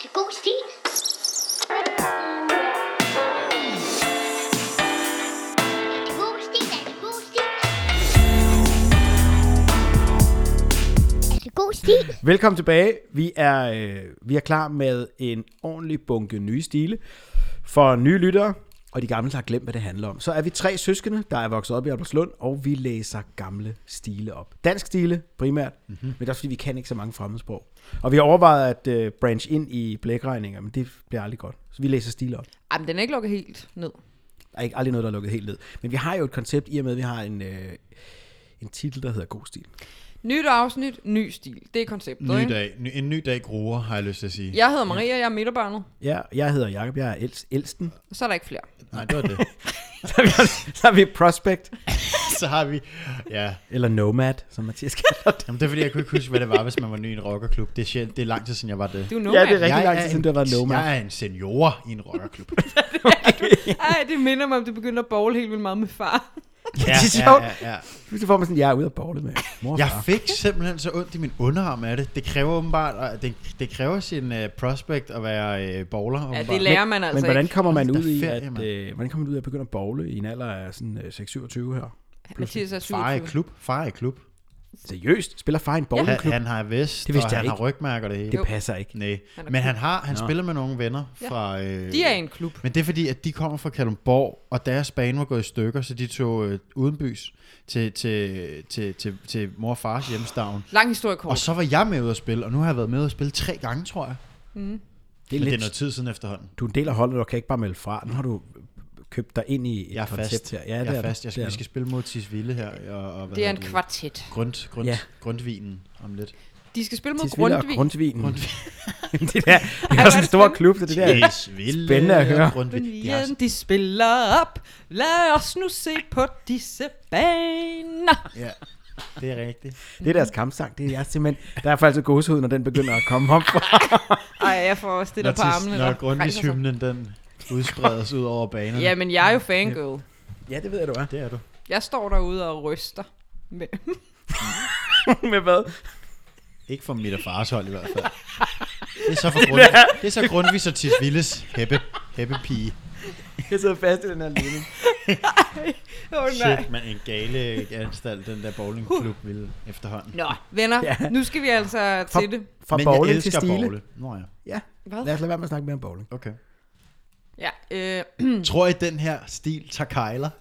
God stil. God stil. Velkommen tilbage. Vi er klar med en ordentlig bunke nye stile for nye lyttere, og de gamle har glemt, hvad det handler om. Så er vi 3 søskende, der er vokset op i Albertslund, og vi læser gamle stile op. Dansk stile primært, men det er også fordi, vi kan ikke så mange fremmedsprog. Og vi har overvejet at branche ind i blækregninger, men det bliver aldrig godt. Så vi læser stile op. Jamen, den er ikke lukket helt ned. Der er ikke aldrig noget, der er lukket helt ned. Men vi har jo et koncept i og med, at vi har en titel, der hedder God stil. Nyt afsnit, ny stil. Det er konceptet, Ny ikke? dag. En ny dag gruer, har jeg lyst til at sige. Jeg hedder Maria, jeg er midterbarnet. Ja, jeg hedder Jakob, jeg er ældsten. Så er der ikke flere. Nej, det var det. Så har vi Prospect. Så har vi, ja. Eller Nomad, som Mathias kalder det. Jamen, det er fordi, jeg kunne ikke huske, hvad det var, hvis man var ny i en rockerklub. Det er lang tid siden, jeg var det. Du er Ja, nomad. det er rigtig lang tid siden, du har været Nomad. Jeg er en senior i en rockerklub. Ej, det minder mig om, du begyndte at bowle helt vildt meget med far. Det er sjovt. Ja. Så får man sådan, jeg er ude at bowle med mor og Jeg far. fik simpelthen så ondt i min underarm af det. Det kræver åbenbart, det kræver sin prospect at være bowler. Ja, åbenbart. det lærer man altså Men hvordan ikke. kommer man Hold ud da i ferie, hvordan kommer man ud af at begynde at bowle i en alder af sådan 6-27 her? Mathias er Far i 27. klub. Far i klub. Seriøst? Spiller far i en bowlingklub? Han har vest, Det vidste og jeg han ikke. har rygmærker og det hele. Det passer ikke. Nej, Han er men cool. han Nå. spiller med nogle venner Ja. fra... De er i en klub. Men det er fordi, at de kommer fra Kalundborg, og deres bane var gået i stykker, så de tog udenbys til mor og fars hjemstavn. Lang historie kort. Og så var jeg med ud at spille, og nu har jeg været med ud at spille 3 gange, tror jeg. Det er Men det er lidt, noget tid siden efterhånden. du er en del af holdet, og kan ikke bare melde fra. Nu har du købt dig ind i et Jeg er koncept fast. her. Ja, Jeg det er fast. det Vi er skal spille mod Tisvilde her. Og hvad Det er hedder en kvartet. Ja. Grundvinen om lidt. De skal spille mod Tisvilde og Grundtvig. Grundtvinen. det er også en stor klub, det der. Tisvilde Spændende at høre. og Grundtvig. De har Grundtvigen, de spiller op. Lad os nu se på disse baner. Ja, det er rigtigt. Det er deres kampsang. Det er simpelthen, der er faktisk gåsehud, når den begynder at komme op. Ej, jeg får også det der på armene. Når der Grundtvigshymnen, den udspredes ud over banerne. rejser sig. Ja, men jeg er jo fangirl. Ja, det ved jeg, du er. Det er du. Jeg står derude og ryster. Med. Med hvad? Ikke for mit og fars hold i hvert fald. Det er så for det er så Grundtvig og Tisvildes hæppepige. Jeg sidder fast i den her ligning. Shit, men en gale anstalt, den der bowlingklub ville efterhånden. Nå, venner, Ja. nu skal vi altså til det. Fra Men jeg bowling til elsker stile. bowle. Nå ja, Ja, Hvad? lad os lade være med at snakke mere om bowling. okay. Ja, Tror I, den her stil tager kejler?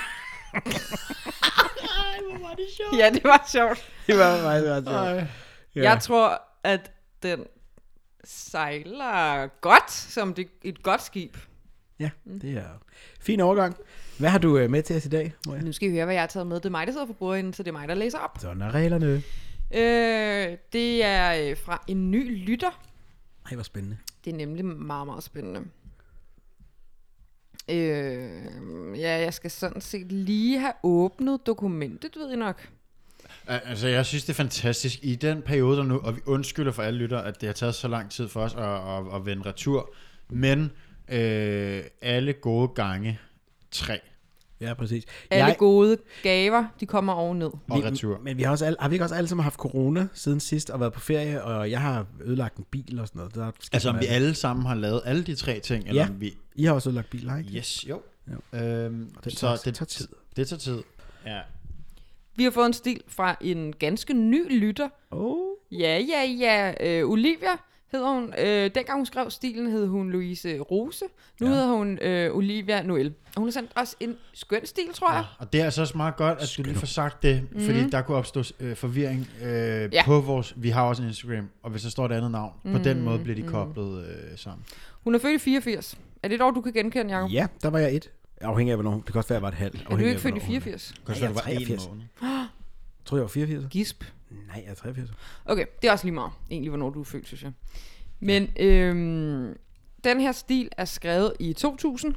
ja, det var sjovt. Det var meget sjovt. Jeg tror, at den sejler godt, som et godt skib. Ja, det er fin overgang. Hvad har du med til os i dag, Maria? Nu skal I høre, hvad jeg har taget med. Det er mig, der sidder for bordenden, så det er mig, der læser op. Sådan er reglerne. Det er fra en ny lytter. Ej, hvor spændende. Det er nemlig meget, meget spændende. Ja, jeg skal sådan set lige have åbnet dokumentet, ved I nok. Altså, jeg synes, det er fantastisk. I den periode der nu, og vi undskylder for alle lyttere, at det har taget så lang tid for os at vende retur. Men alle gode gange 3 Ja, præcis. Alle gode gaver, de kommer ovenned. og retur. Men vi har, også har vi ikke også alle sammen haft corona siden sidst og været på ferie, og jeg har ødelagt en bil og sådan noget. Der er sket Altså, om noget vi alle sammen har lavet alle de 3 ting, eller Ja. om vi... I har også ødelagt biler, ikke? Yes, jo. Jo. Det Så tager tid. Det tager tid. Ja. Vi har fået en stil fra en ganske ny lytter. Ja. Olivia hedder hun. Dengang hun skrev stilen, hed hun Louise Rose. Nu hedder hun Olivia Noel. Og hun har sendt os en skøn stil, tror jeg. Og det er altså også meget godt, at du lige får sagt det, fordi der kunne opstå forvirring på vores... Vi har også en Instagram, og hvis der står et andet navn, på den måde bliver de koblet sammen. Hun er født i 84. Er det et år, du kan genkende, Jacob? Ja, der var jeg 1. Afhængig af, hvornår. Det kan også være, at jeg var et halvt. Er du ikke født i 84? Kan jeg det var er 83. 1 måned. Jeg tror, jeg var 84. Gisp. Nej, jeg er 83. Okay, det er også lige meget, egentlig, hvornår du er født, synes jeg. Men den her stil er skrevet i 2000.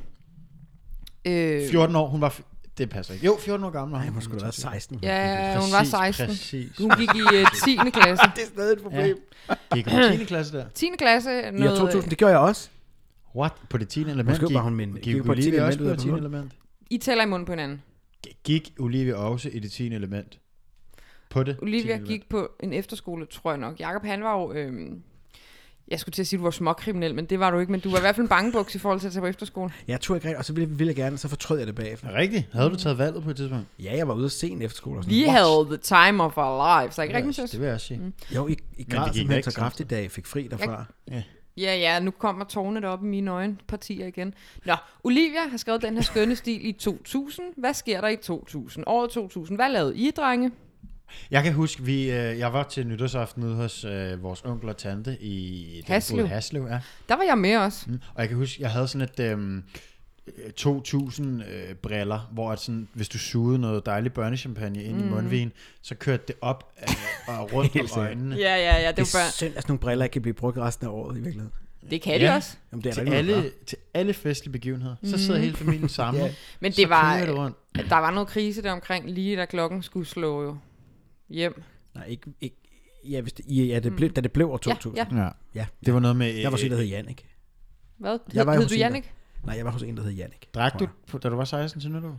14 år, hun var... Det passer ikke. Jo, 14 år gammel. Nej, hun skulle da være 16. Ja, hun var 16. Præcis. Hun gik i 10. klasse. Det er stadig et problem. Gik hun i 10. klasse der? 10. klasse. I år Noget, 2000, det gjorde jeg også. What? På det 10. element? Måske var hun min... Gik på et 10. Olivia element også ud på af det 10. på element? I tæller i munden på hinanden. Gik Olivia også i det 10. element? På det Olivia 10. gik på en efterskole, tror jeg nok. Jakob, han var jo... Jeg skulle til at sige, at du var småkriminel, men det var du ikke. Men du var i hvert fald en bangebuks i forhold til at tage på efterskole. Jeg tog ikke rigtigt, og så ville jeg gerne, så fortrød jeg det bagefter. Rigtigt? Havde du taget valget på et tidspunkt? Ja, jeg var ude at se en efterskole. Og sådan, Vi what? havde the time of our lives, ikke rigtigt, Det Søs? vil jeg også sige. Jo, I det græd gik simpelthen ikke så kraftigt, da jeg fik fri derfra. Ja, nu kommer tårnet op i mine øjenpartier igen. Nå, Olivia har skrevet den her skønne stil i 2000. Hvad sker der i 2000? Året 2000. Hvad lavede I, drenge? Jeg kan huske, jeg var til nytårsaften ude hos vores onkel og tante i Haslev. Ja. Der var jeg med også. Og jeg kan huske, jeg havde sådan et 2000 briller, hvor at sådan, hvis du sugede noget dejlig børnechampagne ind i mundvigen, så kørte det op og rundt om øjnene. Ja, det Det var er synd, at sådan nogle briller ikke kan blive brugt resten af året i virkeligheden. Det kan de også. Jamen, det er Til der ikke noget til alle festlige begivenheder. Så sidder hele familien sammen. Men så det var, kører det rundt. at der var noget krise der omkring, lige da klokken skulle slå jo hjem. Nej, ikke ja, det blev, da det blev år 2000. Ja. Ja. Det var noget med... Jeg var hos en, der hed Jannik. Hvad? Jeg var Hed hos du en, der- Jannik? Nej, jeg var hos en, der hed Jannik. Drak du, da du var 16 til nytår?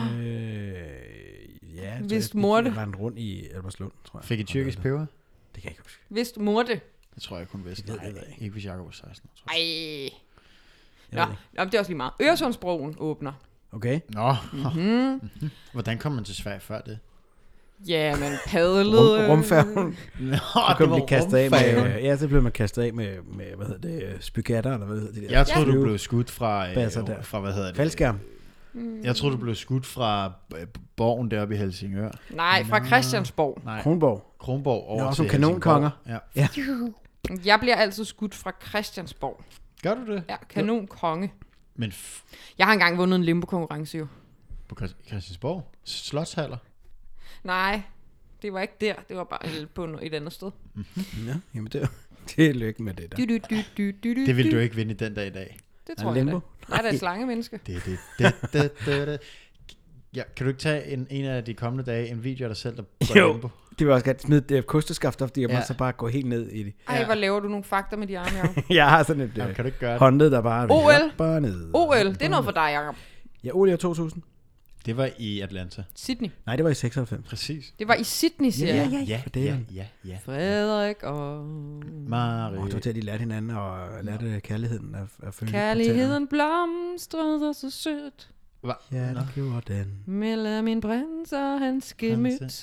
Ja, Vidste mor det? Jeg rendte rundt i Albertslund, tror jeg. Fik I tyrkisk peber? Det kan jeg ikke huske. Vidste mor det? Det tror jeg kun vidste. Det ved jeg Nej, ikke. ikke hvis Jacob var 16. Tror Ej. Jeg Nå, ved det Nå, det er også lige meget. Øresundsbroen åbner. Okay. Nå. Hvordan kom man til Sverige før det? Ja, man padlede. Rumfærgen. Nå, Så kunne man blive kastet af med, ja, så blev man kastet af med hvad hedder det, spygatter, eller hvad hedder det der? Jeg troede, du blev skudt fra, Basser der. fra, hvad hedder det? Faldskærm. Jeg troede, du blev skudt fra borgen deroppe i Helsingør. Nej, fra Christiansborg. Nej, Kronborg. Kronborg over Nå, til som kanonkonger. Helsingborg. Ja. Ja. Jeg bliver altid skudt fra Christiansborg. Gør du det? Ja, kanonkonge. Men Jeg har engang vundet en limbo-konkurrence jo. på Christiansborg? Slotshaller? Nej, det var ikke der. Det var bare på et andet sted. Ja, jamen det er lykke med det der. Det vil du ikke vinde den dag i dag. Det Er tror det jeg da. limbo? Nej, der er et slangemenneske. Det. Ja, kan du ikke tage en af de kommende dage en video af dig selv, der går Jo. limbo? Det var også godt smide det kosteskaft op, og Ja. så bare gå helt ned i det. Ej, hvor laver du nogle fakta med de arme, Jacob? Jeg har sådan et Jamen, kan du ikke gøre det? håndled, der bare OL. bare ned. OL, det er noget for dig, Jacob. Ja, OL i år 2000. Det var i Atlanta. Sydney. Nej, det var i 96. Præcis. Det var i Sydney, siger jeg. Ja, for det. ja. Frederik og... Marie. Det var til, at de lærte hinanden og lærte kærligheden at føle. Kærligheden blomstrede så sødt. Ja, det gjorde den. Mellem min prins og hans gemyt.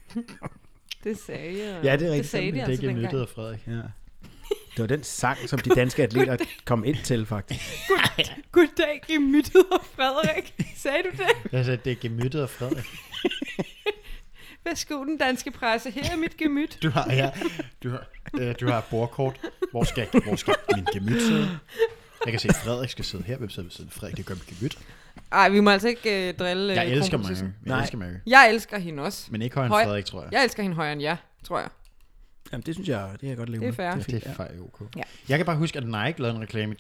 Det sagde jeg. Ja, det er rigtigt. Det sagde de Det er altså ikke dengang. myttet af Frederik. Ja. Det var den sang, som de danske atleter kom ind til, faktisk. Goddag, gemyttet og Frederik. Sagde du det? Jeg sagde, det er gemyttet af Frederik. Værsgo den danske presse. Her er mit gemyt. Du har et bordkort. Hvor skal min gemyt sidde? Jeg kan se, at Frederik skal sidde her. Hvem sidder ved siden af Frederik? Det gør mit gemyt. Ej, vi må altså ikke drille Jeg elsker kronprinsessen. Mary. Jeg elsker Mary. Jeg elsker hende også. Men ikke højere end Høj- Frederik, tror jeg. Jeg elsker hende højere end jer, tror jeg. Jamen, det synes jeg, det kan jeg godt leve Det er med. fair. fint, Det er faktisk okay. Ja. Jeg kan bare huske, at Nike lavede en reklame i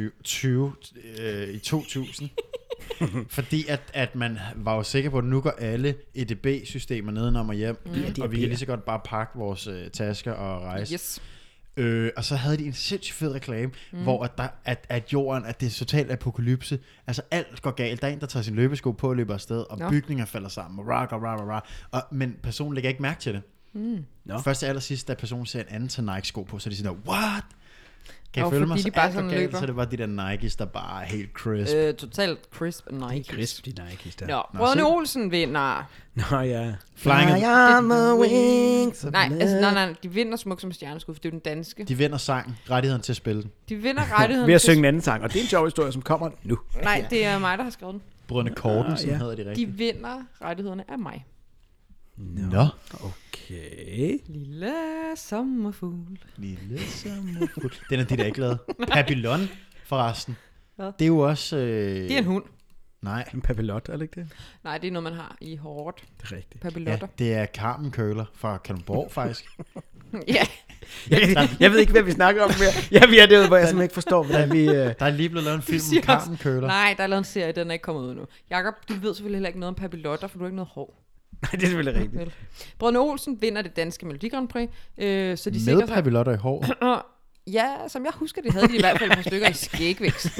2000. Fordi at man var jo sikker på, at nu går alle EDB-systemer nedenom og hjem. Og vi kan lige så godt bare pakke vores tasker og rejse. Yes. Og så havde de en sindssygt fed reklame, hvor at jorden, at det er totalt apokalypse. Altså alt går galt. Der er en, der tager sin løbesko på og løber afsted, og bygninger falder sammen, men personen lægger ikke mærke til det. Først til allersidst, da personen ser en anden tage Nike-sko på, så er de sådan, what? Kan I følge mig? fordi Så de bare alt går sådan galt, løber. så det var de der Nikes, der bare er helt crisp. Totalt crisp and Nike. Crisp, de Nikes der. Nå, Brødrene Olsen vinder. Nå ja. Flying- on the wings of Nej, love. altså, nej, de vinder smuk som stjerneskud, for det er jo den danske. De vinder sangen, rettigheden til at spille den. De vinder rettigheden Ved at til... synge en anden sang, og det er en sjov historie, som kommer nu. Nej, det er mig, der har skrevet den. Brødrene Kortensen hedder de De rigtigt. vinder rettighederne af mig. Nå. Okay. Lille sommerfugl. Lille sommerfugl. Den er de der ikke lavet. Papillon, forresten. Hvad? Det er jo også... Det er en hund. Nej. En papillot, er det ikke det? Nej, det er noget, man har i hårdt. Det er rigtigt. Papillotter. Ja, det er Carmen Køler fra Kalundborg, faktisk. Ja. Jeg ved ikke, hvad vi snakker om mere. Ja, vi er derude, hvor jeg simpelthen ikke forstår, hvordan vi... Der er lige blevet lavet en film siger om Carmen Køler. Nej, der er lavet en serie, den er ikke kommet ud nu. Jakob, du ved selvfølgelig heller ikke noget om papillotter, for du har ikke noget hår. Nej, det er selvfølgelig rigtigt. Vel. Brødrene Olsen vinder det danske Melodi Grand Prix, så de Med sikrer sig... papillotter i hår. Ja, som jeg husker, det havde de i hvert fald et par stykker i skægvækst.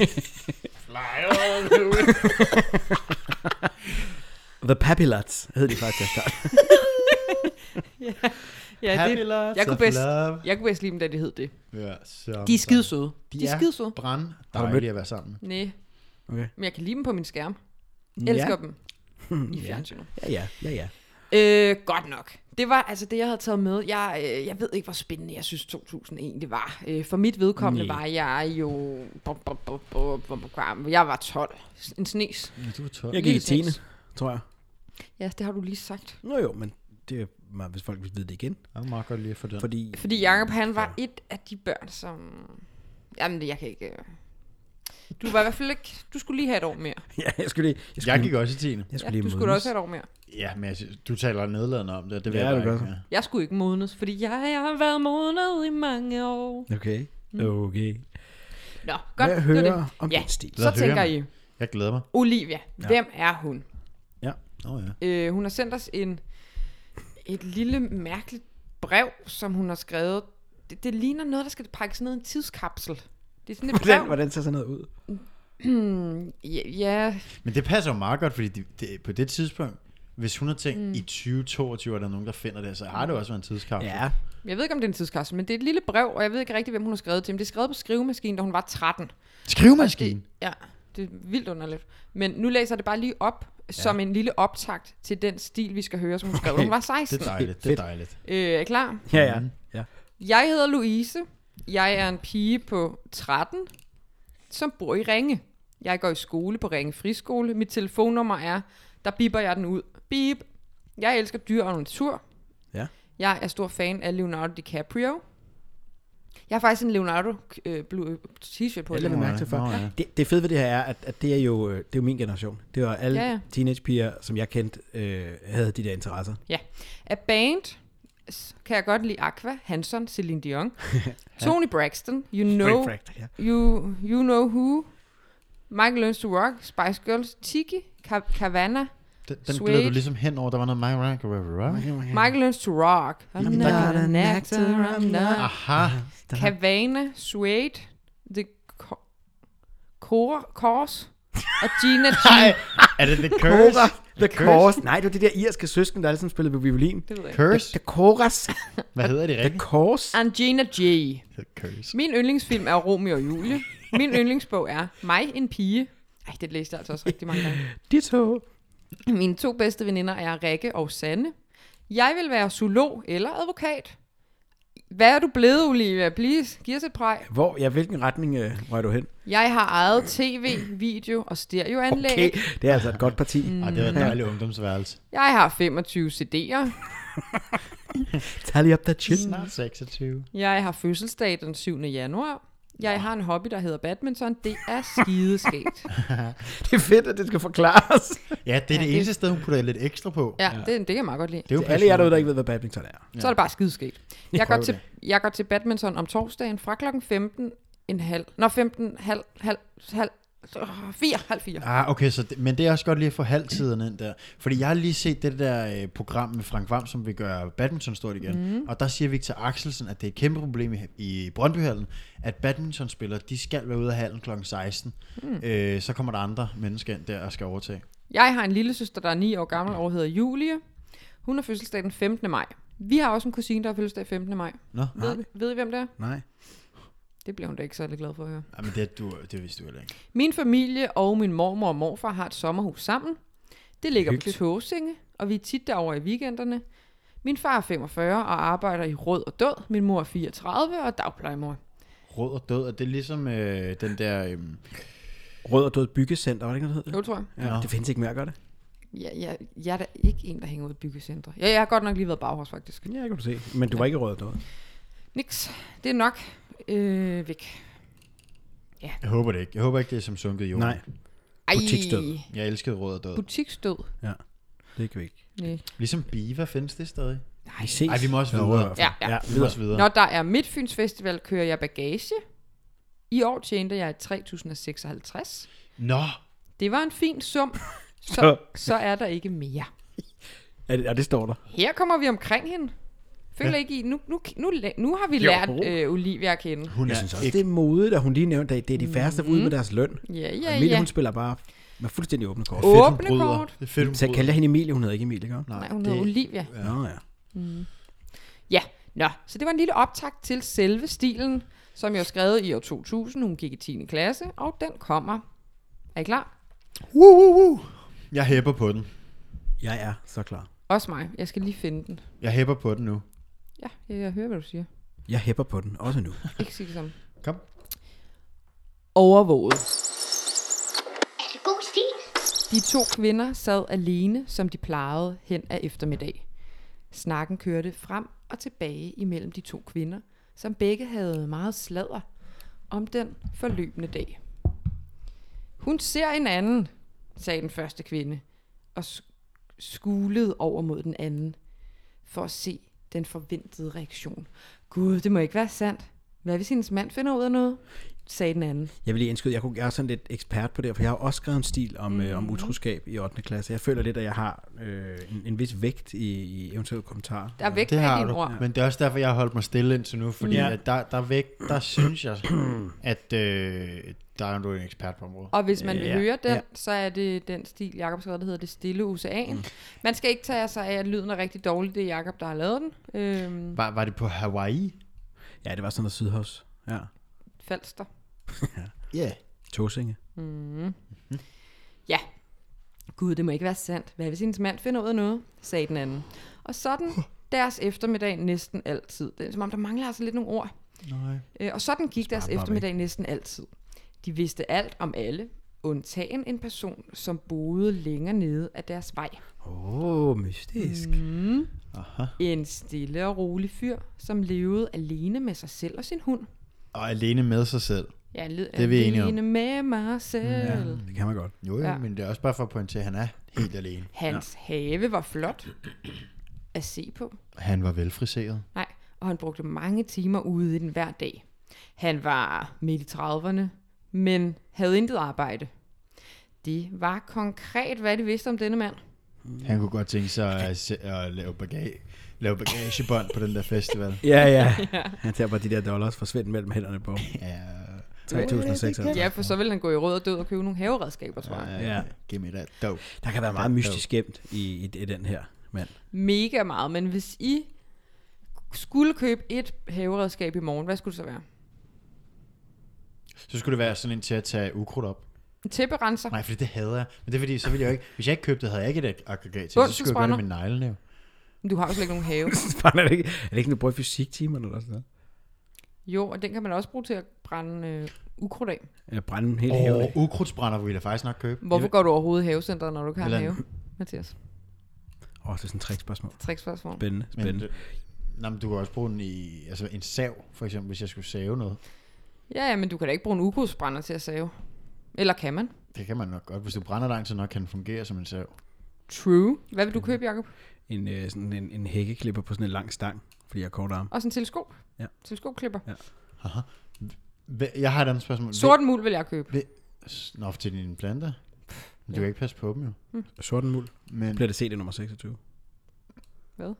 The Papillots hed de faktisk at starte. Ja, Happy det, lots jeg kunne of bedst, love. jeg kunne bedst lide dem, da det hed det. Ja, så De er skide søde. De De er er skide søde. brand Har du mødt- dejlige at være sammen. Nej, Okay. men jeg kan lide dem på min skærm. Elsker dem i fjernsynet. Ja. Godt nok. Det var altså det, jeg havde taget med. Jeg ved ikke, hvor spændende jeg synes 2001 det var. For mit vedkommende var jeg jo... Jeg var 12. En snes. Ja, du var 12. Jeg gik i Lille 10. seks. tror jeg. Ja, det har du lige sagt. Nå jo, men det er meget, hvis folk vil vide det igen. Jeg var meget godt lige for den. Fordi Jacob, han var et af de børn, som... Jamen, jeg kan ikke... Du var i hvert fald ikke... Du skulle lige have et år mere. ja, jeg skulle lige... Jeg gik også i 10. Jeg Ja, skulle lige du skulle da modnes. også have et år mere. Ja, men du taler nedladende om det. Det vil Ja, jeg du bare gør ikke. så. Ja. Jeg skulle ikke modnes, fordi jeg har været modnet i mange år. Okay. Nå, godt. Hvad det var hører det. om Ja, den stil? så Lad tænker høre. I, Jeg glæder mig. Olivia, hvem er hun? Ja. Hun har sendt os et lille mærkeligt brev, som hun har skrevet. Det ligner noget, der skal pakkes ned i en tidskapsel. Det er sådan et brev. Hvordan ser sådan noget ud? Ja, Men det passer jo meget godt, fordi på det tidspunkt, hvis hun har tænkt i 2022, er der nogen, der finder det, så har det også været en tidskapsel. Ja. jeg ved ikke, om det er en tidskapsel, men det er et lille brev, og jeg ved ikke rigtig, hvem hun har skrevet til. Men det er skrevet på skrivemaskinen, da hun var 13. Skrivemaskinen. Ja, det er vildt underligt. Men nu læser jeg det bare lige op, som en lille optakt til den stil, vi skal høre, som hun skrev, da hun var 16. Det er dejligt, det er dejligt. Er I klar? Ja. Jeg hedder Louise. Jeg er en pige på 13, som bor i Ringe. Jeg går i skole på Ringe Friskole. Mit telefonnummer er, der bipper jeg den ud. Bip. Jeg elsker dyr og natur. Ja. Jeg er stor fan af Leonardo DiCaprio. Jeg har faktisk en Leonardo t-shirt på. Jeg lader mærke til før. Nå, ja. Det fede ved det her er, at det er jo min generation. Det var alle teenagepiger, som jeg kendte, havde de der interesser. Ja. Af band kan jeg godt lide Aqua, Hanson, Celine Dion, Tony Braxton, You Know Who, Michael Learns to Rock, Spice Girls, Tiki, Havana, Den Suede. gled du ligesom hen over, der var noget Michael Learns to Rock, I'm not an actor, I'm not, Aha. Havana, Suede, The Course, og Gina G. Er det The Curse? The Chorus. Nej, det var de der irske søsken, der alle sammen spillede på violin. Det ved jeg ikke. Curse? The Chorus. Hvad hedder det The rigtigt? Chorus. And Gina G. The Curse. Min yndlingsfilm er Romeo og Julie. Min yndlingsbog er Mig, en pige. Ej, det læste jeg altså også rigtig mange gange. Ditto. Mine 2 bedste veninder er Rikke og Sanne. Jeg vil være zoolog eller advokat. Hvad er du blevet, Olivia? Please, giv os et præg. Hvilken retning rører du hen? Jeg har ejet tv, video og stereoanlæg. Okay, det er altså et godt parti. Ej, det var et dejligt ungdomsværelse. Jeg har 25 CD'er. Tally up that shit. Snart 26. Jeg har fødselsdag den 7. januar. Jeg har en hobby, der hedder badminton. Det er skideskægt. Det er fedt, at det skal forklares. Ja, det er det eneste sted, hun putter lidt ekstra på. Ja, det kan jeg meget godt lide. Det er jo Alle jer derude, der ikke ved, hvad badminton er. Så er det bare skideskægt. Prøv Jeg går til badminton om torsdagen fra klokken 4:30. Ah, okay, men det er også godt lige at få halvtiden ind der. Fordi jeg har lige set det der program med Frank Hvam, som vil gøre badminton stort igen. Og der siger Victor Axelsen, at det er et kæmpe problem i Brøndbyhallen, at badmintonspillere, de skal være ude af hallen kl. 16. Så kommer der andre mennesker ind der og skal overtage. Jeg har en lille søster, der er 9 år gammel og hedder Julie. Hun har fødselsdag den 15. maj. Vi har også en kusine, der har fødselsdag 15. maj. Nå, Ved I, hvem det er? Nej. Det bliver hun da ikke særlig glad for at høre. men det vidste du heller ikke. Min familie og min mormor og morfar har et sommerhus sammen. Det ligger på Tåsinge, og vi er tit derovre i weekenderne. Min far er 45 og arbejder i Rød og Død. Min mor er 34 og dagplejemor. Rød og Død, er det ligesom den der... Rød og Død Byggecenter, var det ikke noget, det Jo, tror jeg. Ja, det findes ikke mere, gør det? Jeg er da ikke en, der hænger ud i byggecentre. Jeg har godt nok lige været Bauhaus, faktisk. Ja, jeg kan du se. Men du var ikke Rød og Død. Niks. Det er nok væk. Jeg håber det ikke. Jeg håber ikke, det er som sunket i jorden. Nej. Butiksdød. Jeg elskede Rød og Død. Butiksdød. Ja, det kan vi ikke. Nej. Ligesom Biva findes det stadig. Vi ses. Ej, vi må også videre. Ja. Vi må også videre. Når der er Midtfyns Festival, kører jeg bagage. I år tjente jeg 3.056. Nå. Det var en fin sum. Så er der ikke mere. Ja, det står der. Her kommer vi omkring hende. Føler ikke i. Nu har vi lært Olivia at kende. Hun Jeg synes også, det er modigt, at hun lige nævnte, at det er de færreste ude med deres løn. Ja. Emilie, hun spiller bare med fuldstændig åbne kort. Åbne kort. Det er fedt, hun Så jeg kaldte hende Emilie, hun hedder ikke Emilie, gør? Nej, hun hedder Olivia. Nå ja. Ja, så det var en lille optakt til selve stilen, som jeg har skrevet i år 2000. Hun gik i 10. klasse, og den kommer. Er I klar? Jeg hæpper på den. Jeg er så klar. Også mig. Jeg skal lige finde den. Jeg hæpper på den nu. Ja, jeg hører, hvad du siger. Jeg hæpper på den, også nu. Ikke sige det samme. Kom. Overvåget. Er det god stil? De 2 kvinder sad alene, som de plejede hen ad eftermiddag. Snakken kørte frem og tilbage imellem de 2 kvinder, som begge havde meget sladder om den forløbende dag. Hun ser en anden, sagde den første kvinde, og skulede over mod den anden, for at se den forventede reaktion. Gud, det må ikke være sandt. Hvad hvis hendes mand finder ud af noget? Sagde den anden. Jeg vil lige indskyde, jeg er sådan lidt ekspert på det, for jeg har også skrevet en stil om utroskab i 8. klasse. Jeg føler lidt, at jeg har en vis vægt i eventuelle kommentarer. Der er vægt Det af har dine du. ord. Men det er også derfor, jeg har holdt mig stille indtil nu, fordi at der væk, der synes jeg, at der er du en ekspert på området. Og hvis man vil høre den, ja. så er det den stil, Jakob skrev, der hedder Det Stille Ocean. Man skal ikke tage sig af, at lyden er rigtig dårlig. Det er Jakob, der har lavet den. Var det på Hawaii? Ja, det var sådan noget Sydhavs. Ja. Falster. Ja. Yeah. Tåsinge. Ja. Gud, det må ikke være sandt. Hvad hvis hendes mand finder ud af noget? Sagde den anden. Og sådan deres eftermiddag næsten altid. Det er som om, der mangler altså lidt nogle ord. Nej. Og sådan gik deres Spar bare eftermiddag næsten altid. De vidste alt om alle, undtagen en person, som boede længere nede af deres vej. Mystisk. Aha. En stille og rolig fyr, som levede alene med sig selv og sin hund. Og alene med sig selv. Ja, Det er vi enige om. alene med mig selv. Ja, det kan man godt. Jo, Ja. men det er også bare for at pointere, at han er helt alene. Hans have var flot at se på. Han var velfriseret. Nej, og han brugte mange timer ude i den hver dag. Han var midt i 30'erne, men havde intet arbejde. Det var konkret, hvad de vidste om denne mand. Han kunne godt tænke sig at lave bagagebånd på den der festival. Ja. Han tager bare de der dollars forsvinde mellem hænderne på. Ja. 3.600. Ja, for så ville han gå i råd og død og købe nogle haveredskaber, tror jeg. Ja. Give me that dope. Der kan være meget mystisk gemt i den her mand. Mega meget, men hvis I skulle købe et haveredskab i morgen, hvad skulle det så være? Så skulle det være sådan en til at tage ukrudt op. En tæpperenser? Nej, for det hader jeg. Men det er fordi, så ville jeg jo ikke... Hvis jeg ikke købte det, havde jeg ikke et aggregat til. Så skulle jeg gøre det med neglene. Du har jo slet ikke nogen have. er det ikke sådan, du bruger fysiktimerne eller sådan noget? Jo, og den kan man også bruge til at brænde ukrudt af. Eller brænde hele haven af. Ukrudtsbrænder ville jeg faktisk nok købe. Hvorfor går du overhovedet i havecenteret, når du ikke har en Eller- have, Mathias? Det er sådan en trickspørgsmål. Trickspørgsmål. Spændende. Men du kan også bruge den i... Altså en sav, for eksempel, hvis jeg skulle save noget. Ja, men du kan da ikke bruge en ukrudtsbrænder til at save. Eller kan man? Det kan man nok godt. Hvis du brænder langt, så nok kan den fungere som en sav. True. Hvad vil du købe, Jacob? En hækkeklipper på sådan en lang stang, fordi jeg har kort arm. Også en teleskop? Ja. Teleskopklipper. Ja. Aha. Jeg har et andet spørgsmål. Sort muld vil jeg købe. Nå, til dine planter. Men du kan ikke passe på dem jo. Sorten muld. Men Bliver det set i nummer 26? Hvad?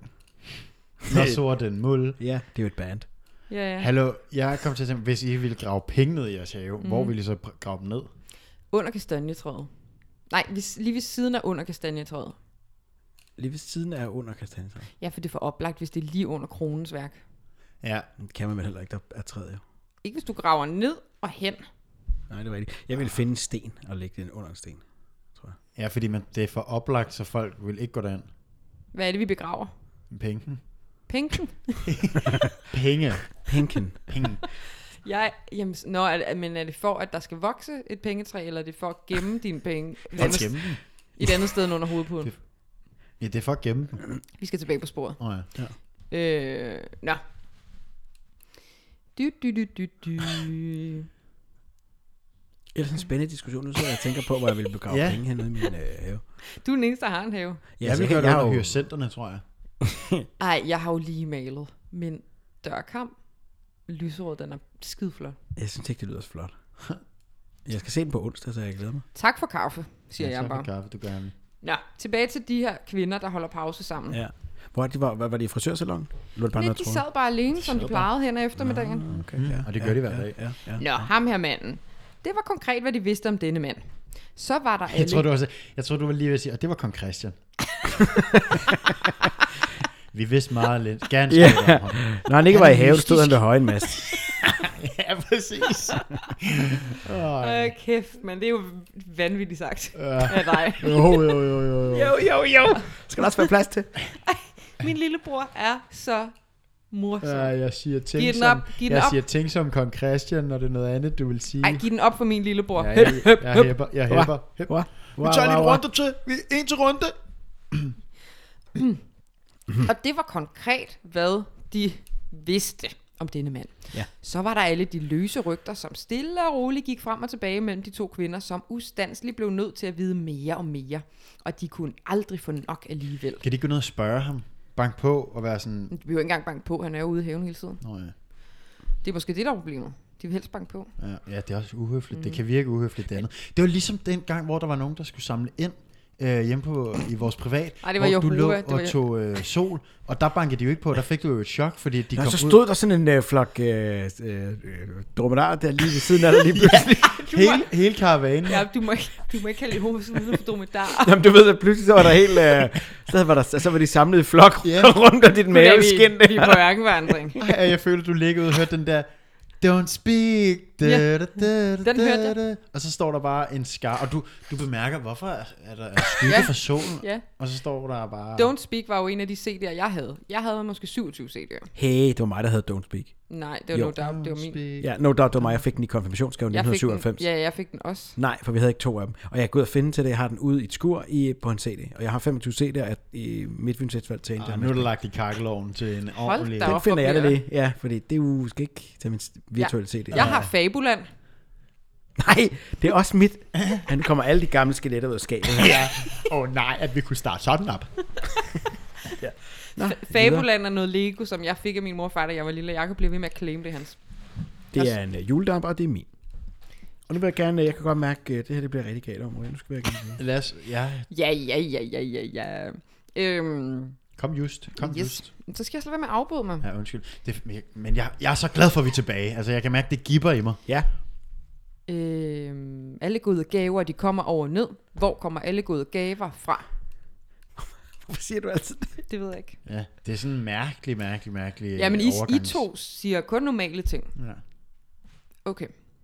Nå, sorten muld. Ja, det er jo et band. Ja. Hallo, jeg kom til at tænke, hvis I ville grave penge ned i jeres have, hvor ville I så grave dem ned? Under kastanjetræet. Nej, lige ved siden af under kastanjetræet. Lige ved siden af under kastanjetræet. Ja, for det er for oplagt, hvis det er lige under kronens værk. Ja. Det kan man vel heller ikke, der er træet jo. Ikke hvis du graver ned og hen. Nej, det var rigtigt. Jeg vil finde en sten og lægge den under en sten, tror jeg. Ja, fordi det er for oplagt, så folk vil ikke gå derind. Hvad er det, vi begraver? Penge. Pinken? Penge. Pinken. Penge. Men er det for, at der skal vokse et pengetræ, eller er det for at gemme dine penge et andet sted end under hovedpuden? Ja, det er for at gemme dem. Vi skal tilbage på sporet. Ja. Nå. Ellers en spændende diskussion. Nu så jeg tænker på, hvor jeg ville begrave penge henne i min have. Du er den eneste, der har en have. Jeg vil gøre det under hyacinterne, tror jeg. Ej, jeg har jo lige malet min dørkamp. Lyserød, den er skideflot. Jeg synes ikke, det lyder så flot. Jeg skal se den på onsdag, så jeg glæder mig. Tak for kaffe, siger jeg tak bare. for kaffe, du gør det. Nå, tilbage til de her kvinder, der holder pause sammen. Ja. Var de i frisørsalon? Nej, de sad bare alene, som de plejede hen ad eftermiddagen. Okay, ja. Og det gør de hver dag. Ja. Nå, ham her manden. Det var konkret, hvad de vidste om denne mand. Så var der alle... Jeg tror du var lige ved at sige, og det var kong Christian. Vi vidste meget lidt. Ganske Ja. lidt om ham. Når han ikke var i haven, mystisk. stod han ved højenmast. Ja, præcis. Kæft, men det er jo vanvittigt sagt af dig. Jo. Skal der også være plads til? Min lillebror er så morsom. Jeg siger ting Giv den som, op, giv den op. siger ting som kong Christian, når det er noget andet, du vil sige. Ej, giv den op for min lillebror. Ja, jeg hæpper. Vi tager lige en runde til. En til runde. Og det var konkret, hvad de vidste om denne mand. Ja. Så var der alle de løse rygter, som stille og roligt gik frem og tilbage mellem de to kvinder, som ustandsligt blev nødt til at vide mere og mere. Og de kunne aldrig få nok alligevel. Kan de ikke gå ned og spørge ham? Bank på og være sådan... De vil jo ikke engang banke på, han er jo ude i haven hele tiden. Nå ja. Det er måske det, der er problemet. De vil helst banke på. Ja, det er også uhøfligt. Det kan virke uhøfligt, det andet. Det var ligesom den gang, hvor der var nogen, der skulle samle ind hjemme i vores privat. Nej, det var hvor du lå Jehova. og tog sol, og der bankede de jo ikke på. Der fik du jo et chok, fordi de kom Så ud. stod der sådan en flok dromedarer der lige ved siden af dig lige pludselig. Hele karavanen. Ja, du må ikke kalde Jehovas vidner for dromedar. Jamen, du ved, at pludselig så var der helt... så var de samlet i flok rundt om dit maveskin. Vi er på ørkenvandring. Ej, jeg føler, du ligger ud og hørte den der... Don't speak. Ja, den hørte jeg. Og så står der bare en skar, og du bemærker, hvorfor er der skygge for solen? Ja. Og så står der bare... Don't Speak var jo en af de CD'er, jeg havde. Jeg havde måske 27 CD'er. Hey, det var mig, der havde Don't Speak. Nej, det var Jo. No Doubt, det var min. Ja, no doubt, det var mig. Jeg fik den i konfirmationsgave i Jeg fik 1997. den, jeg fik den også. Nej, for vi havde ikke 2 af dem. Og jeg går ud og finde til det. Jeg har den ude i et skur på en CD. Og jeg har 25 CD'er i Midtfyns Festival til en. Nu er der lagt i kakkeloven til en ordentlig... da Den op. finder jeg det Hvorfor lige. Ja, fordi det er jo skal ikke til min virtuelle CD. Jeg har Fabuland. Nej, det er også mit. Han kommer alle de gamle skeletter ud af skabet. Nej, at vi kunne starte sådan op. Fabuland er noget Lego, som jeg fik af min mor og far, da jeg var lille. Jeg kan blive ved med at claim det hans. Det er en juledamp, og det er min. Og nu vil jeg gerne, jeg kan godt mærke, det her det bliver rigtig galt om. Nu skal vi gerne sige. Lad os... Ja. Ja. Kom just. Så skal jeg slet være med at afbryde mig. Ja, undskyld. Men jeg er så glad for, at vi er tilbage. Altså, jeg kan mærke, det gibber i mig. Ja. Alle gode gaver, de kommer over ned. Hvor kommer alle gode gaver fra? Hvorfor siger du altid det? Det ved jeg ikke. Ja, det er sådan en mærkelig Ja, men I to siger kun normale ting. Ja. Okay.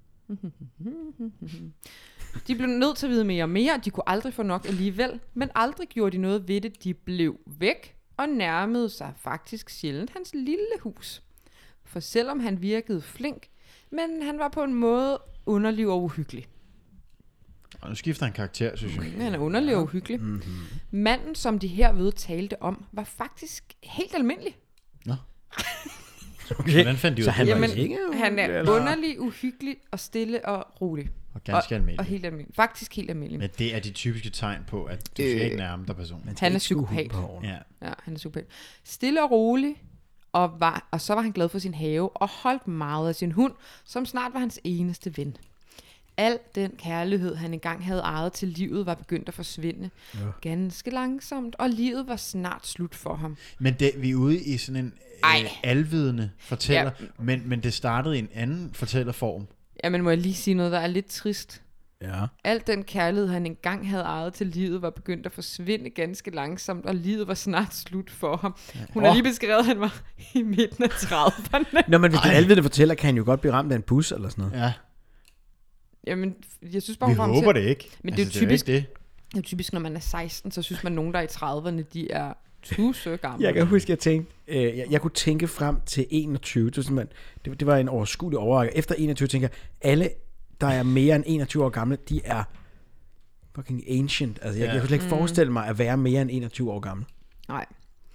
De blev nødt til at vide mere og mere. De kunne aldrig få nok alligevel. Men aldrig gjorde de noget ved det. De blev væk og nærmede sig faktisk sjældent hans lille hus. For selvom han virkede flink, men han var på en måde underlig og uhyggelig. Og nu skifter han karakter, synes jeg. Han er underlig og uhyggelig. Mm-hmm. Manden, som de herved talte om, var faktisk helt almindelig. Nå. Okay. Hvordan fandt de ud af det? Jamen, ikke han er underlig, uhyggelig og stille og rolig. Og ganske almindelig. Og helt almindelig. Faktisk helt almindelig. Men det er de typiske tegn på, at du skal ikke nærme dig personen. Han er psykopat. Ja. Ja, han er psykopat. Stille og rolig, og så var han glad for sin have, og holdt meget af sin hund, som snart var hans eneste ven. Al den kærlighed, han engang havde ejet til livet, var begyndt at forsvinde. Ganske langsomt, og livet var snart slut for ham. Men vi er ude i sådan en alvidende fortæller, men det startede i en anden fortællerform. Jamen, må jeg lige sige noget, der er lidt trist? Ja. Al den kærlighed, han engang havde ejet til livet, var begyndt at forsvinde ganske langsomt, og livet var snart slut for ham. Hun har lige beskrevet, at han var i midten af 30'erne. Nå, men hvis den alvidende fortæller, kan han jo godt blive ramt af en bus eller sådan noget. Ja. Jamen, jeg synes bare, Vi hun håber det ikke. Men altså, det er jo typisk, det. Det er jo typisk, når man er 16, så synes man, nogen, der er i 30'erne, de er tusse gamle. Jeg kan huske, jeg tænkte, jeg kunne tænke frem til 21. Det var en overskuelig overrække. Efter 21 tænker jeg, alle, der er mere end 21 år gamle, de er fucking ancient. Altså, jeg kan slet ikke forestille mig at være mere end 21 år gammel. Nej.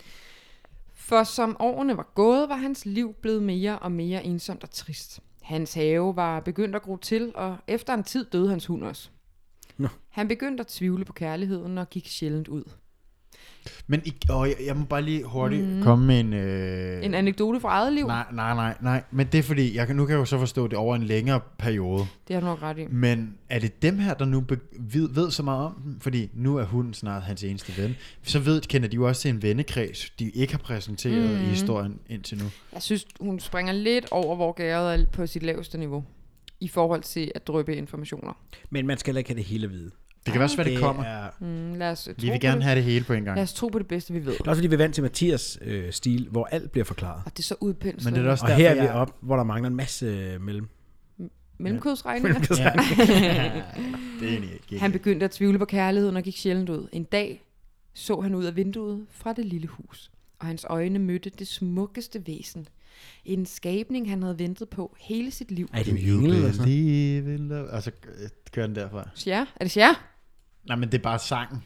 For som årene var gået, var hans liv blevet mere og mere ensomt og trist. Hans have var begyndt at gro til, og efter en tid døde hans hund også. Nå. Han begyndte at tvivle på kærligheden og gik sjældent ud. Men jeg må bare lige hurtigt komme med En anekdote fra eget liv? Nej. Men det er fordi, nu kan jeg jo så forstå det over en længere periode. Det har du nok ret i. Men er det dem her, der nu ved så meget om dem? Fordi nu er hunden snart hans eneste ven. Så kender de jo også til en vennekreds, de ikke har præsenteret i historien indtil nu. Jeg synes, hun springer lidt over, hvor gæret er på sit laveste niveau. I forhold til at dryppe informationer. Men man skal heller ikke have det hele at vide. Det kan være svært, det kommer. Lad os Vi vil gerne have det hele på en gang. Lad os tro på det bedste, vi ved. Det er også fordi, vi er vant til Mathias stil, hvor alt bliver forklaret. Og det er så udpenslet. Men det er også og her er vi op, hvor der mangler en masse mellemkodsregninger. Ja. Det er egentlig ikke. Han begyndte at tvivle på kærligheden og gik sjældent ud. En dag så han ud af vinduet fra det lille hus, og hans øjne mødte det smukkeste væsen. En skabning, han havde ventet på hele sit liv. Er det en engel eller sådan? Og så kører den derfra. Cher? Er det Cher? Nej, men det er bare sangen.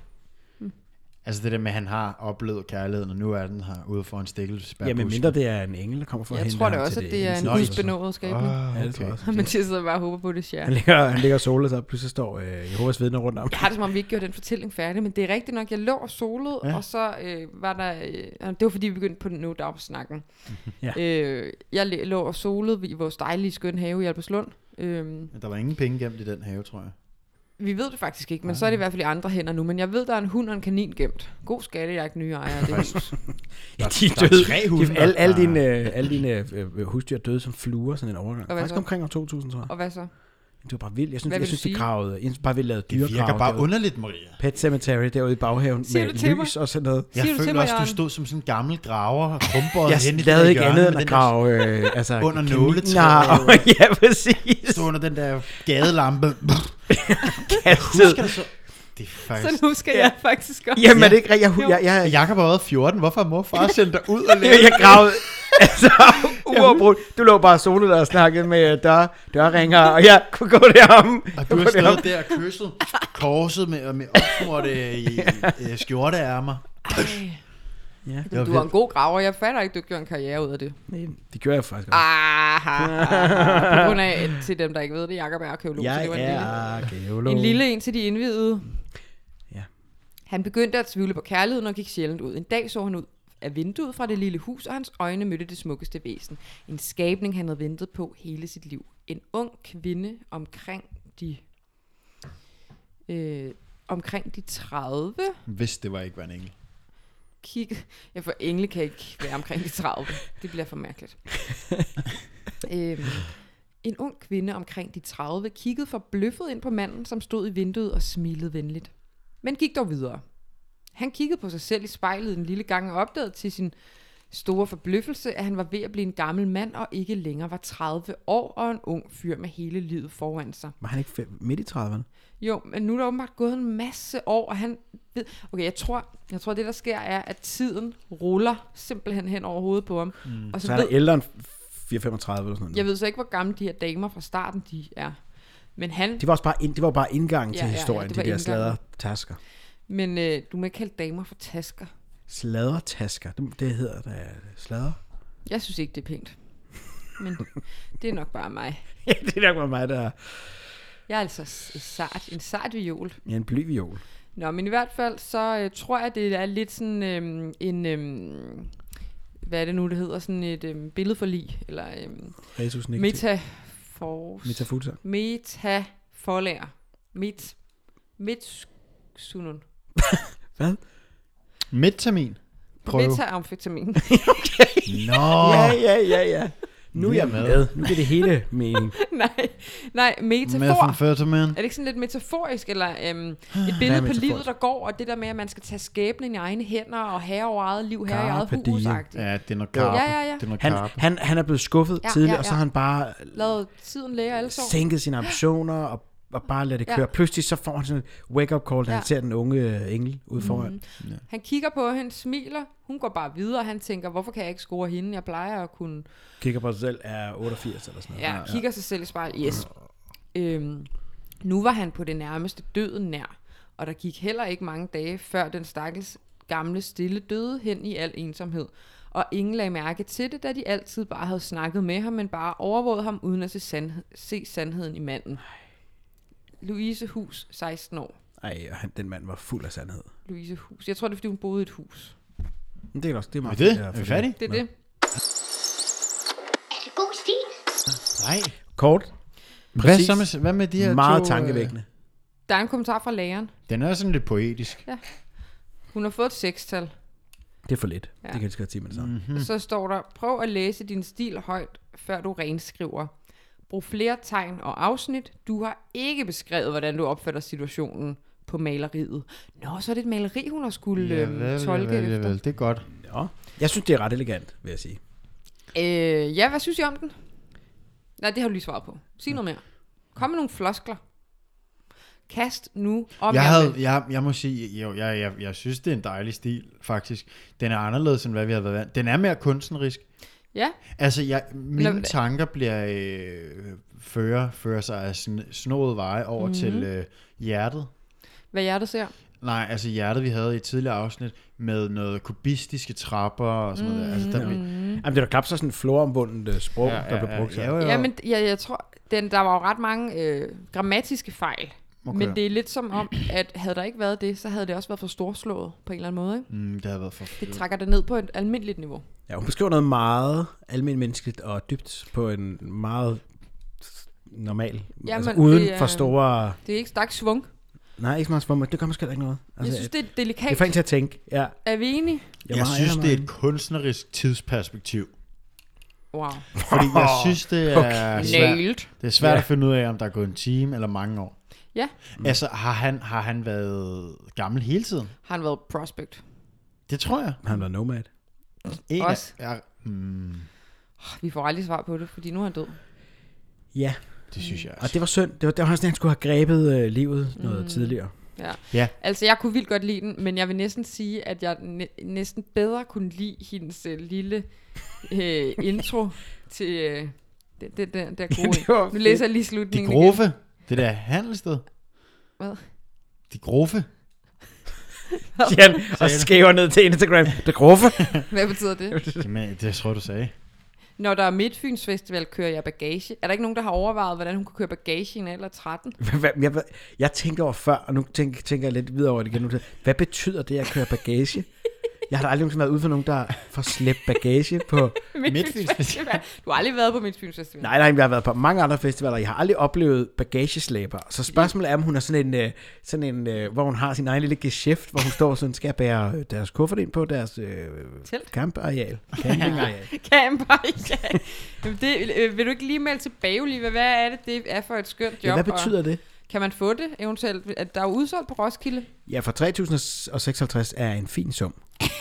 Altså det der med, at han har oplevet kærligheden, og nu er den her ude for en stikkelsbær. Ja, men mindre det er en engel, der kommer for at hente Jeg tror ham det også, til at det er en gudsbenået skabning. Ja, det tror jeg også. Men til sidder bare og håber på, det Cher. Han ligger og soler sig, og pludselig står Jehovas vidner rundt om. Jeg har det som om, vi ikke gjorde den fortælling færdig, men det er rigtigt nok, jeg lå og solede, og så var der, det var fordi, vi begyndte på den nu snakken. Jeg lå og solede i vores dejlige skønne have i Albertslund. Der var ingen penge gemt i den have, tror jeg. Vi ved det faktisk ikke, men så er det i hvert fald i andre hænder nu. Men jeg ved, der er en hund og en kanin gemt. God skattejagt, nye ejere. Det hus. Ja, de er døde. Alle dine husdyr er døde som fluer, sådan en overgang. Faktisk omkring år 2000, tror jeg. Og hvad så? Det var bare vildt. Jeg synes vi gravede. Jeg synes bare, vi lavede dyregrav. Det virker bare underligt, Maria. Pet Cemetery derude i baghaven med lys og sådan noget. Jeg føler også, du stod som sådan en gammel graver, krumbøjet hen i det der der ikke hjørne. andet end at grave under nåletræet. Ja, præcis. Stod under den der gadelampe. Husker du så? Det er faktisk... Sådan husker jeg faktisk også. Jamen, er det ikke rigtigt? Jakob har været 14. Hvorfor har mor og far sendt dig ud og lave jeg gravede... Altså, uafbrudt. Du lå bare solet og snakkede med dørringer, og jeg kunne gå derom. Og du har stået der og kysset korset med opsmurte skjorteærmer. Ja. Du var en god graver. Jeg fatter ikke, du gjorde en karriere ud af det. Nej, det gjorde jeg faktisk også. På grund af, til dem, der ikke ved det, Jakob er arkeolog. Jeg er arkeolog. En lille en til de indvidede. Ja. Han begyndte at tvivle på kærligheden og gik sjældent ud. En dag så han ud af vinduet fra det lille hus, og hans øjne mødte det smukkeste væsen. En skabning, han havde ventet på hele sit liv. En ung kvinde omkring de 30. Hvis det var ikke var en engel. For engle kan ikke være omkring de 30. Det bliver for mærkeligt. En ung kvinde omkring de 30 kiggede forbløffet ind på manden, som stod i vinduet og smilede venligt. Men gik dog videre. Han kiggede på sig selv i spejlet en lille gang og opdagede til sin store forbløffelse, at han var ved at blive en gammel mand og ikke længere var 30 år og en ung fyr med hele livet foran sig. Var han ikke midt i 30'erne? Jo, men nu er der åbenbart gået en masse år, og han ved... Okay, jeg tror det der sker er, at tiden ruller simpelthen hen over hovedet på ham. Og så er der ældre end 4-35 eller sådan noget. Jeg ved så ikke, hvor gamle de her damer fra starten de er. Men han... Det var bare indgangen til historien, de der sladdertasker. Men du må ikke kalde damer for tasker. Sladdertasker, det hedder da sladder. Jeg synes ikke, det er pænt. Men det er nok bare mig. Ja, det er nok bare mig, der... Jeg er altså en sart viol. Ja, en blyviol. Nå, men i hvert fald, så tror jeg, det er lidt sådan hvad er det nu, det hedder? Sådan et billedforlig, eller metaforlærer. Metsunun. Hvad? Metamin. Metaamfetamin. Okay. Nå. Ja. Nu er jeg med. Nu giver det hele mening. Nej, metafor. Methamphetamine. Er det ikke sådan lidt metaforisk, eller et billede på livet, der går, og det der med, at man skal tage skæbnen i egne hænder, og have over eget liv, her i eget hus-agtigt. Ja, det er noget karpe. Ja. Det er noget han er blevet skuffet tidligere, og så har han bare lavet tiden læge alle så. Sænket sine ambitioner, og bare lade det køre. Pludselig så får han sådan et wake-up call, da han ser den unge engel ude foran. Ja. Han kigger på hende, smiler, hun går bare videre, og han tænker, hvorfor kan jeg ikke score hende? Jeg plejer at kunne... Kigger på sig selv, er 88 eller sådan noget. Ja, kigger sig selv i spejlet, yes. Nu var han på det nærmeste døden nær, og der gik heller ikke mange dage, før den stakkels gamle stille døde hen i al ensomhed. Og ingen lagde mærke til det, da de altid bare havde snakket med ham, men bare overvåget ham, uden at se sandheden i manden. Louise Hus, 16 år. Ej, den mand var fuld af sandhed. Louise Hus. Jeg tror, det er, fordi hun boede i et hus. Det er også, det er meget det? Er vi færdige? Det er det. Er det god stil? Nej. Kort. Hvad med de her meget to... tankevækkende. Der er en kommentar fra læreren. Den er sådan lidt poetisk. Ja. Hun har fået et 6-tal. Det er for lidt. Ja. Det kan jeg skrive til med det samme. Og så står der, prøv at læse din stil højt, før du renskriver. Brug flere tegn og afsnit. Du har ikke beskrevet, hvordan du opfatter situationen på maleriet. Nå, så er det et maleri, hun har skulle tolke efter. Det er godt. Ja. Jeg synes, det er ret elegant, vil jeg sige. Ja, hvad synes I om den? Nej, det har du lige svaret på. Sig noget mere. Kom med nogle floskler. Kast nu om jeg må sige, jo, jeg synes, det er en dejlig stil, faktisk. Den er anderledes, end hvad vi har været vant. Den er mere kunstnerisk. Ja. Altså, mine tanker bliver fører sig af snåede veje over til hjertet. Hvad hjertet ser? Nej, altså hjertet, vi havde i et tidligere afsnit, med noget kubistiske trapper og sådan noget der. Altså, Jamen, det er da klart sådan en florombundet sprog, der blev brugt her. Ja, men jeg tror, der var jo ret mange grammatiske fejl. Okay. Men det er lidt som om, at havde der ikke været det, så havde det også været for storslået på en eller anden måde. Ikke? Det havde været for... Det trækker det ned på et almindeligt niveau. Ja, hun beskriver noget meget almindeligt menneskeligt og dybt på en meget normal, altså uden for store... Det er ikke stærkt svung. Nej, ikke så meget svung, det gør måske ikke noget. Altså, jeg synes, det er delikat. Det er faktisk til at tænke, ja. Er vi enige? Jeg synes, det er et kunstnerisk tidsperspektiv. Wow. Fordi jeg synes, det er svært, det er svært at finde ud af, om der er gået en time eller mange år. Ja. Altså, har han været gammel hele tiden? Har han været prospect? Det tror jeg. Han var nomad. Også? Vi får aldrig svar på det, fordi nu er han død. Ja. Det synes jeg også. Og det var synd. Det var sådan, han skulle have grebet livet noget tidligere. Ja. Altså, jeg kunne vildt godt lide den, men jeg vil næsten sige, at jeg næsten bedre kunne lide hendes lille intro til det der gode. Nu læser jeg lige slutningen. De grove. Det der handelssted. Hvad? De grove. Jan, og skriver ned til Instagram. Det grove. Hvad betyder det? Jamen, det tror du sagde. Når der er Midtfyns Festival, kører jeg bagage. Er der ikke nogen, der har overvejet, hvordan hun kunne køre bagage i en alder 13? Jeg tænkte over før, og nu tænker jeg lidt videre over det igen. Hvad betyder det at køre bagage? Jeg har da aldrig været ude for nogen, der får slæbt bagage på Midtfyns Festival. Du har aldrig været på Midtfyns Festival? Nej, jeg har været på mange andre festivaler. Jeg har aldrig oplevet bagageslæber. Så spørgsmålet er, om hun er sådan en hvor hun har sin egen lille geschæft, hvor hun står sådan, skal bære deres kuffert ind på deres campareal. Campingareal. Campareal. Vil du ikke lige melde tilbage, Olivia? Hvad er det er for et skønt job? Ja, hvad betyder det? Kan man få det eventuelt? At der er udsolgt på Roskilde? Ja, for 3.056 er en fin sum.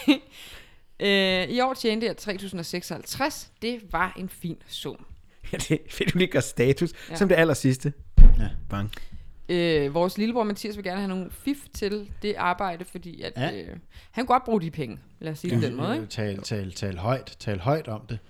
I år tjente jeg 3.056. Det var en fin sum. Ja, det vil du lige gøre status, som det aller sidste. Ja. Bang. Vores lillebror Mathias vil gerne have nogle fif til det arbejde, fordi at, han kunne godt bruge de penge. Lad os sige det den måde. Ikke? Tal højt om det.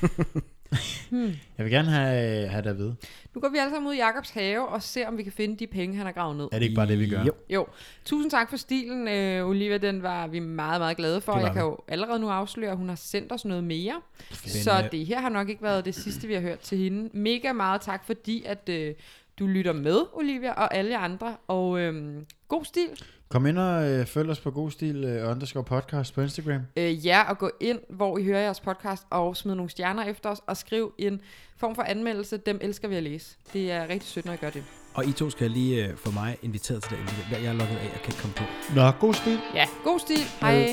Jeg vil gerne have det at vide. Nu går vi alle sammen ud i Jakobs have og ser, om vi kan finde de penge, han har gravet ned. Er det ikke bare det, vi gør? Jo. Tusind tak for stilen, Olivia. Den var vi meget, meget glade for. Jeg kan jo allerede nu afsløre, at hun har sendt os noget mere. Så det her har nok ikke været det sidste, vi har hørt til hende. Mega meget tak, fordi at du lytter med, Olivia, og alle andre. Og god stil. Kom ind og følg os på God Stil _podcast på Instagram. Ja, og gå ind, hvor I hører jeres podcast, og smid nogle stjerner efter os, og skriv en form for anmeldelse. Dem elsker vi at læse. Det er rigtig sødt, når I gør det. Og I to skal lige få mig inviteret til det. Jeg er lukket af, jeg kan ikke komme på. Nå, god stil. Ja, god stil. Hej.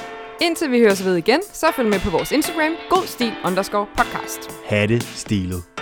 Indtil vi høres ved igen, så følg med på vores Instagram, godstil_podcast. Ha' det stilet.